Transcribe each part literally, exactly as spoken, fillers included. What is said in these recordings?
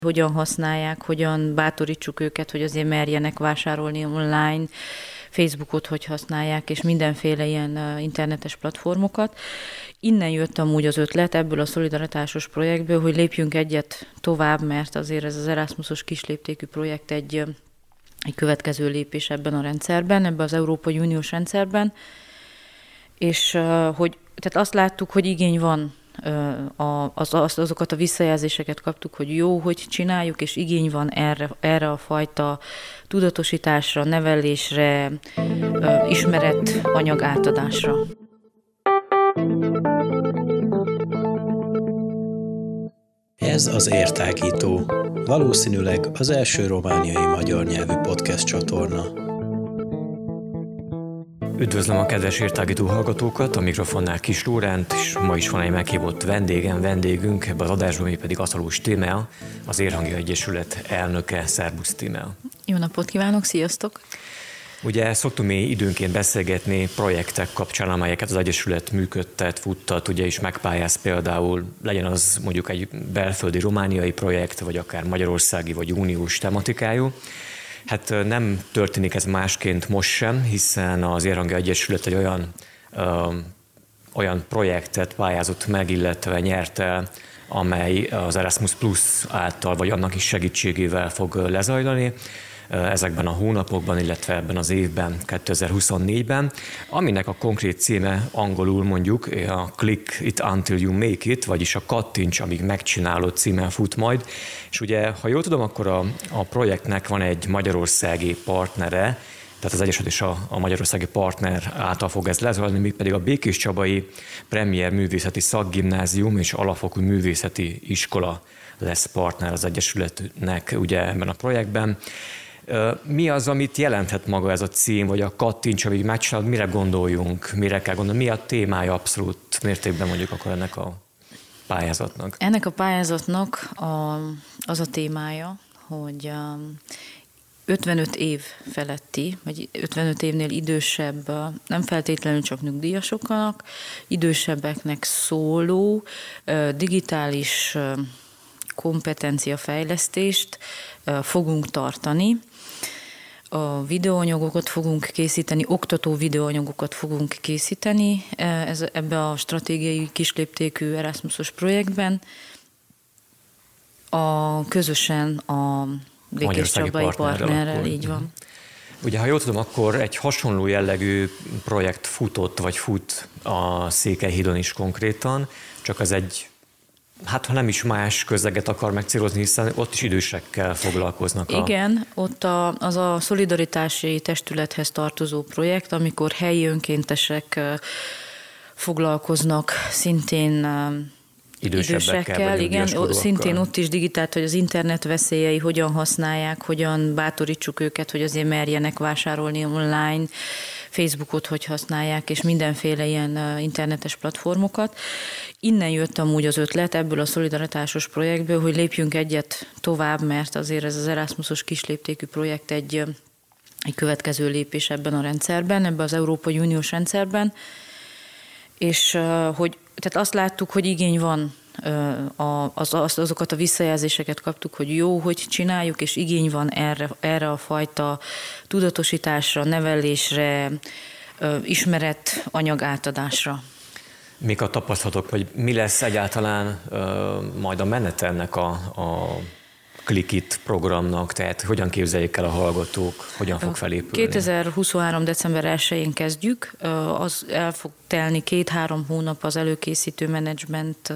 hogyan használják, hogyan bátorítsuk őket, hogy azért merjenek vásárolni online, Facebookot hogy használják, és mindenféle ilyen internetes platformokat. Innen jött amúgy az ötlet ebből a szolidaritásos projektből, hogy lépjünk egyet tovább, mert azért ez az Erasmusos kisléptékű projekt egy, egy következő lépés ebben a rendszerben, ebben az Európai Uniós rendszerben, és hogy tehát azt láttuk, hogy igény van, az, az, azokat a visszajelzéseket kaptuk, hogy jó, hogy csináljuk, és igény van erre, erre a fajta tudatosításra, nevelésre, ismeretanyag átadásra. Ez az Értágító, valószínűleg az első romániai magyar nyelvű podcast csatorna. Üdvözlöm a kedves Értágító hallgatókat, a mikrofonnál Kis Lóránt, és ma is van egy meghívott vendégem, vendégünk, ebben az adásban mi pedig Aszalós Tímea, az Érhangi Egyesület elnöke. Szerbusz, Tímea! Jó napot kívánok, sziasztok! Ugye szoktunk mi időnként beszélgetni projektek kapcsán, amelyeket az Egyesület működtet, futtat, ugye is megpályáz például, legyen az mondjuk egy belföldi romániai projekt, vagy akár magyarországi, vagy uniós tematikájú. Hát nem történik ez másként most sem, hiszen az Érhangi Egyesület egy olyan, ö, olyan projektet pályázott meg, illetve nyert el, amely az Erasmus Plus által, vagy annak is segítségével fog lezajlani ezekben a hónapokban, illetve ebben az évben, kétezer-huszonnégyben, aminek a konkrét címe angolul mondjuk a Click it until you make it, vagyis a kattints, amíg megcsinálod címmel fut majd. És ugye, ha jól tudom, akkor a, a projektnek van egy magyarországi partnere, tehát az Egyesület és a, a magyarországi partner által fog ez lezajlani, még pedig a Békéscsabai Premier Művészeti Szakgimnázium és Alapfokú Művészeti Iskola lesz partner az Egyesületnek ugye ebben a projektben. Mi az, amit jelenthet maga ez a cím, vagy a kattints, amíg megcsinálod, mire gondoljunk, mire kell gondolni, mi a témája abszolút mértékben mondjuk akkor ennek a pályázatnak? Ennek a pályázatnak a, az a témája, hogy ötvenöt év feletti, vagy ötvenöt évnél idősebb, nem feltétlenül csak nyugdíjasoknak, idősebbeknek szóló digitális kompetenciafejlesztést fogunk tartani. A videóanyagokat fogunk készíteni, oktató videóanyagokat fogunk készíteni ez, ebbe a stratégiai kisléptékű Erasmusos projektben. A közösen a Békéscsabai partnerrel, így van. Ugye, ha jól tudom, akkor egy hasonló jellegű projekt futott, vagy fut a Székelyhídon is konkrétan, csak az egy, hát ha nem is más közleget akar megcélozni, hiszen ott is idősekkel foglalkoznak. Igen, a... ott a, az a szolidaritási testülethez tartozó projekt, amikor helyi önkéntesek foglalkoznak szintén idősebbekkel, igen, szintén ott is digitált, hogy az internet veszélyei hogyan használják, hogyan bátorítsuk őket, hogy azért merjenek vásárolni online, Facebookot hogy használják, és mindenféle ilyen internetes platformokat. Innen jött amúgy az ötlet ebből a szolidaritásos projektből, hogy lépjünk egyet tovább, mert azért ez az Erasmusos kisléptékű projekt egy, egy következő lépés ebben a rendszerben, ebben az Európai Uniós rendszerben, és hogy tehát azt láttuk, hogy igény van, az, az, azokat a visszajelzéseket kaptuk, hogy jó, hogy csináljuk, és igény van erre, erre a fajta tudatosításra, nevelésre, ismeretanyag átadásra. Mik a tapasztalatok, vagy mi lesz egyáltalán majd a menete ennek a, a Click It programnak, tehát hogyan képzeljék el a hallgatók, hogyan fog felépülni? kétezer-huszonhárom. december elsején kezdjük, az el fog telni két-három hónap az előkészítő menedzsment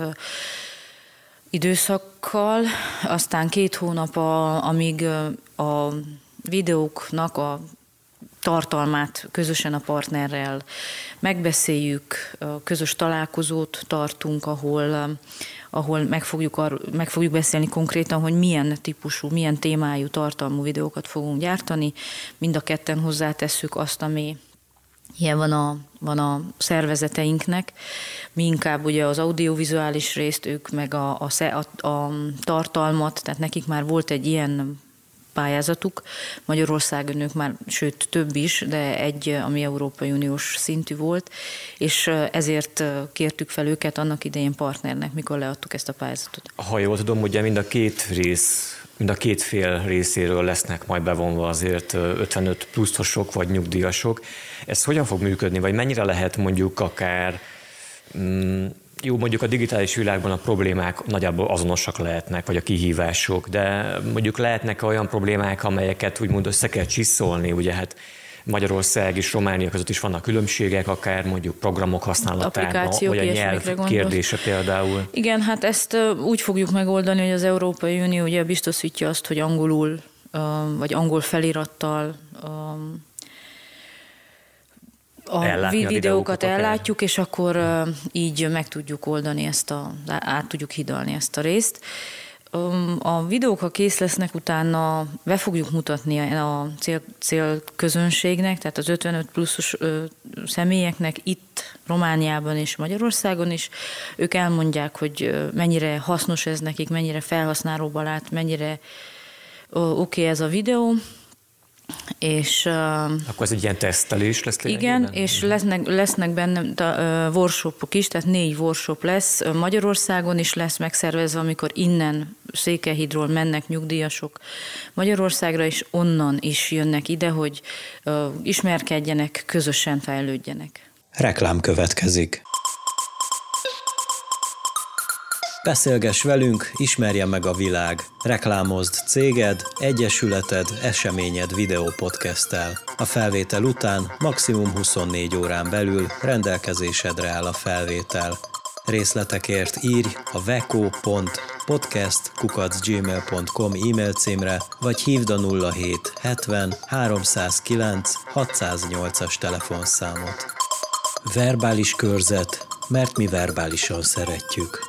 időszakkal, aztán két hónap, a, amíg a videóknak a tartalmát közösen a partnerrel megbeszéljük, közös találkozót tartunk, ahol, ahol meg, fogjuk arra, meg fogjuk beszélni konkrétan, hogy milyen típusú, milyen témájú tartalmú videókat fogunk gyártani. Mind a ketten hozzátesszük azt, ami ilyen van a, van a szervezeteinknek. Mi inkább ugye az audiovizuális részt, ők meg a, a, a, a tartalmat, tehát nekik már volt egy ilyen pályázatuk. Magyarországon ők már, sőt több is, de egy, ami Európai Uniós szintű volt, és ezért kértük fel őket annak idején partnernek, mikor leadtuk ezt a pályázatot. Ha jól tudom, ugye mind a két rész, mind a két fél részéről lesznek majd bevonva azért ötvenöt pluszosok vagy nyugdíjasok. Ez hogyan fog működni, vagy mennyire lehet mondjuk akár, mm, jó, mondjuk a digitális világban a problémák nagyjából azonosak lehetnek, vagy a kihívások, de mondjuk lehetnek olyan problémák, amelyeket úgymond össze kell csiszolni, ugye hát Magyarország és Románia között is vannak különbségek, akár mondjuk programok használatában, vagy a nyelv kérdése például. Igen, hát ezt úgy fogjuk megoldani, hogy az Európai Unió ugye biztosítja azt, hogy angolul, vagy angol felirattal a videókat, videókat ellátjuk, és akkor így meg tudjuk oldani ezt a, át tudjuk hidalni ezt a részt. A videók, ha kész lesznek, utána be fogjuk mutatni a cél, célközönségnek, tehát az ötvenöt pluszos személyeknek itt Romániában és Magyarországon is. Ők elmondják, hogy mennyire hasznos ez nekik, mennyire felhasználóbarát, mennyire oké okay ez a videó. És, akkor ez egy ilyen tesztelés lesz lényegében? Igen, és lesznek, lesznek benne uh, workshopok is, tehát négy workshop lesz. Magyarországon is lesz megszervezve, amikor innen Székelyhídról mennek nyugdíjasok Magyarországra, és onnan is jönnek ide, hogy uh, ismerkedjenek, közösen fejlődjenek. Reklám következik. Beszélgess velünk, ismerje meg a világ. Reklámozd céged, egyesületed, eseményed videópodcasttel. A felvétel után maximum huszonnégy órán belül rendelkezésedre áll a felvétel. Részletekért írj a veko pont podcast kukac gmail pont com e-mail címre, vagy hívd a nulla hét hetven háromszázkilenc hatszáznyolcas telefonszámot. Verbális körzet, mert mi verbálisan szeretjük.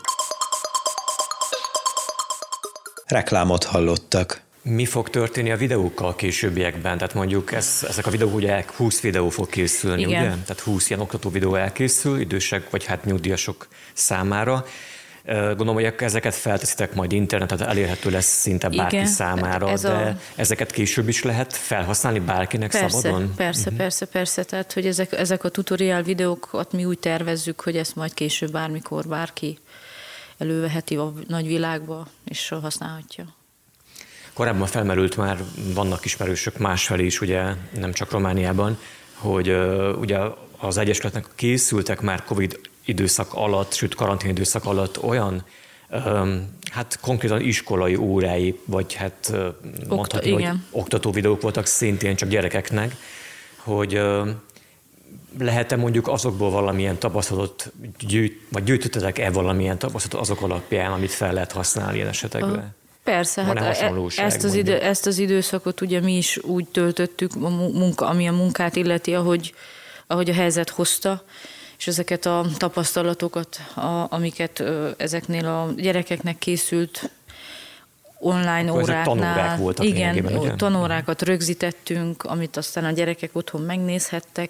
Reklámot hallottak. Mi fog történni a videókkal későbbiekben? Tehát mondjuk ez, ezek a videók, ugye húsz videó fog készülni, igen. Ugye? Tehát húsz ilyen oktató videó elkészül, idősek vagy hát nyugdíjasok számára. Gondolom, hogy ezeket felteszitek majd internetet, tehát elérhető lesz szinte bárki igen, számára, ez de a... ezeket később is lehet felhasználni bárkinek persze, szabadon? Persze, uh-huh. persze, persze. Tehát, hogy ezek, ezek a tutorial videókat mi úgy tervezzük, hogy ezt majd később bármikor bárki előveheti a nagyvilágba, és használhatja. Korábban felmerült már, vannak ismerősök másfelé is, ugye nem csak Romániában, hogy uh, ugye az egyesületnek készültek már Covid időszak alatt, sőt karantén időszak alatt olyan, um, hát konkrétan iskolai órái, vagy hát uh, mondhatni, hogy oktató videók voltak szintén csak gyerekeknek, hogy uh, lehet-e mondjuk azokból valamilyen tapasztalatot gyűjt, vagy gyűjtöttetek-e valamilyen tapasztalatot azok alapján, amit fel lehet használni ilyen esetekben? Persze, hát ezt az, idő, ezt az időszakot ugye mi is úgy töltöttük, a munka, ami a munkát illeti, ahogy, ahogy a helyzet hozta, és ezeket a tapasztalatokat, a, amiket ö, ezeknél a gyerekeknek készült online akkor óráknál, tanórák voltak igen, tanórákat rögzítettünk, amit aztán a gyerekek otthon megnézhettek,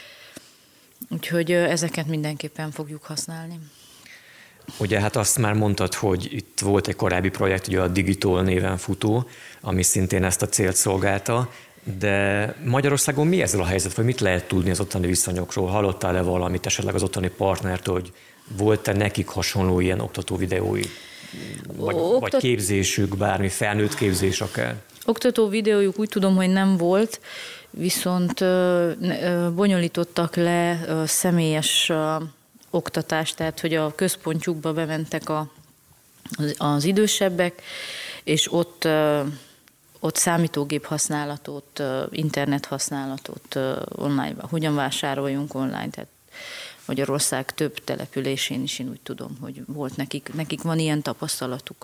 úgyhogy ezeket mindenképpen fogjuk használni. Ugye hát azt már mondtad, hogy itt volt egy korábbi projekt, ugye a Digitol néven futó, ami szintén ezt a célt szolgálta, de Magyarországon mi ezzel a helyzet, vagy mit lehet tudni az ottani viszonyokról? Hallottál-e valamit esetleg az ottani partnertől, hogy volt-e nekik hasonló ilyen oktató videói? Vagy, Oktat... vagy képzésük, bármi felnőtt képzés akár? Oktató videójuk úgy tudom, hogy nem volt, viszont bonyolítottak le személyes oktatást, tehát hogy a központjukba bementek a, az, az idősebbek, és ott, ott számítógép használatot, internet használatot online, hogyan vásároljunk online, tehát Magyarország több településén is én úgy tudom, hogy volt nekik, nekik van ilyen tapasztalatuk.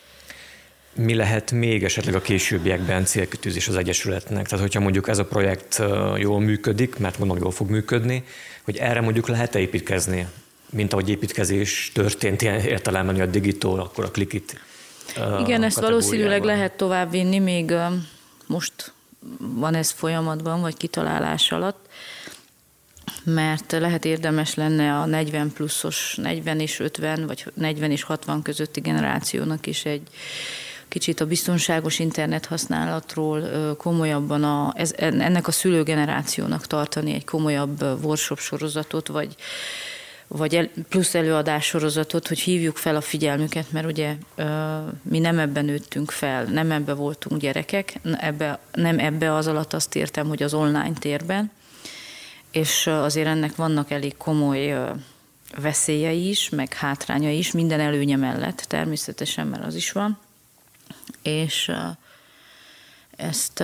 Mi lehet még esetleg a későbbiekben célkitűzés az Egyesületnek? Tehát, hogyha mondjuk ez a projekt jól működik, mert mondom, jól fog működni, hogy erre mondjuk lehet-e építkezni, mint ahogy építkezés történt ilyen értelemben, hogy a Digitol, akkor a Klikit. Igen, ezt valószínűleg lehet továbbvinni, még most van ez folyamatban, vagy kitalálás alatt, mert lehet érdemes lenne a negyven pluszos, negyven és ötven, vagy negyven és hatvan közötti generációnak is egy kicsit a biztonságos internet használatról komolyabban a, ez, ennek a szülőgenerációnak tartani egy komolyabb workshop sorozatot, vagy, vagy plusz előadás sorozatot, hogy hívjuk fel a figyelmüket, mert ugye mi nem ebben nőttünk fel, nem ebbe voltunk gyerekek, ebbe, nem ebbe az alatt azt értem, hogy az online térben, és azért ennek vannak elég komoly veszélyei is, meg hátrányai is, minden előnye mellett természetesen, mert az is van. És ezt...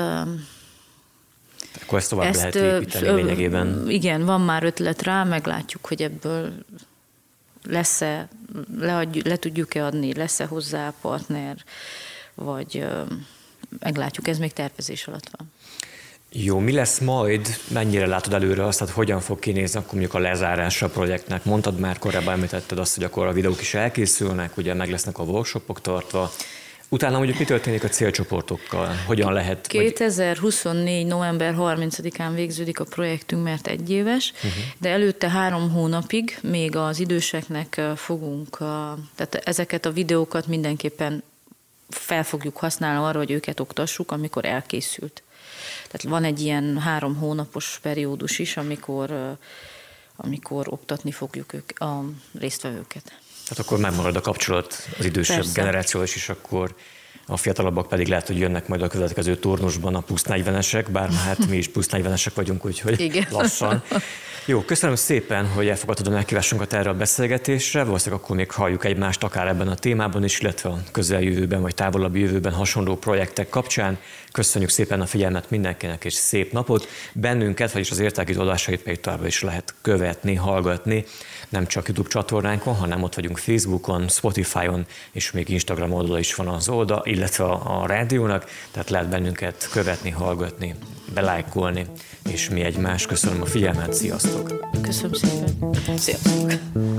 Akkor ezt tovább ezt, lehet építeni lényegében. Igen, van már ötlet rá, meglátjuk, hogy ebből lesz-e, leadj, le tudjuk-e adni, lesz-e hozzá partner, vagy meglátjuk, ez még tervezés alatt van. Jó, mi lesz majd, mennyire látod előre azt, hogy hogyan fog kinézni akkor mondjuk a lezárása a projektnek? Mondtad már, korábban említetted azt, hogy akkor a videók is elkészülnek, ugye meg lesznek a workshopok tartva. Utána mondjuk mi történik a célcsoportokkal? Hogyan lehet? kétezer-huszonnégy. november harmincadikán végződik a projektünk, mert egy éves, uh-huh. de előtte három hónapig még az időseknek fogunk, tehát ezeket a videókat mindenképpen fel fogjuk használni arra, hogy őket oktassuk, amikor elkészült. Tehát van egy ilyen három hónapos periódus is, amikor, amikor oktatni fogjuk ők, a résztvevőket. Tehát akkor megmarad a kapcsolat az idősebb Persze. generáció is, és akkor a fiatalabbak pedig lehet, hogy jönnek majd a következő turnusban a plusz negyvenesek, bár hát mi is plusz negyvenesek vagyunk, úgyhogy Igen. lassan. Jó, köszönöm szépen, hogy elfogadtad a meghívásunkat erre a beszélgetésre. Valószínűleg akkor még halljuk egymást akár ebben a témában is, illetve a közeljövőben vagy távolabbi jövőben hasonló projektek kapcsán. Köszönjük szépen a figyelmet mindenkinek, és szép napot. Bennünket, vagyis az Értelkító adásait pedig továbbra is lehet követni, hallgatni, nem csak YouTube csatornánkon, hanem ott vagyunk Facebookon, Spotify-on, és még Instagram oldala is van az oldal, illetve a, a rádiónak, tehát lehet bennünket követni, hallgatni, belájkolni, és mi egymás. Köszönöm a figyelmet, sziasztok! Köszönöm szépen! Sziasztok!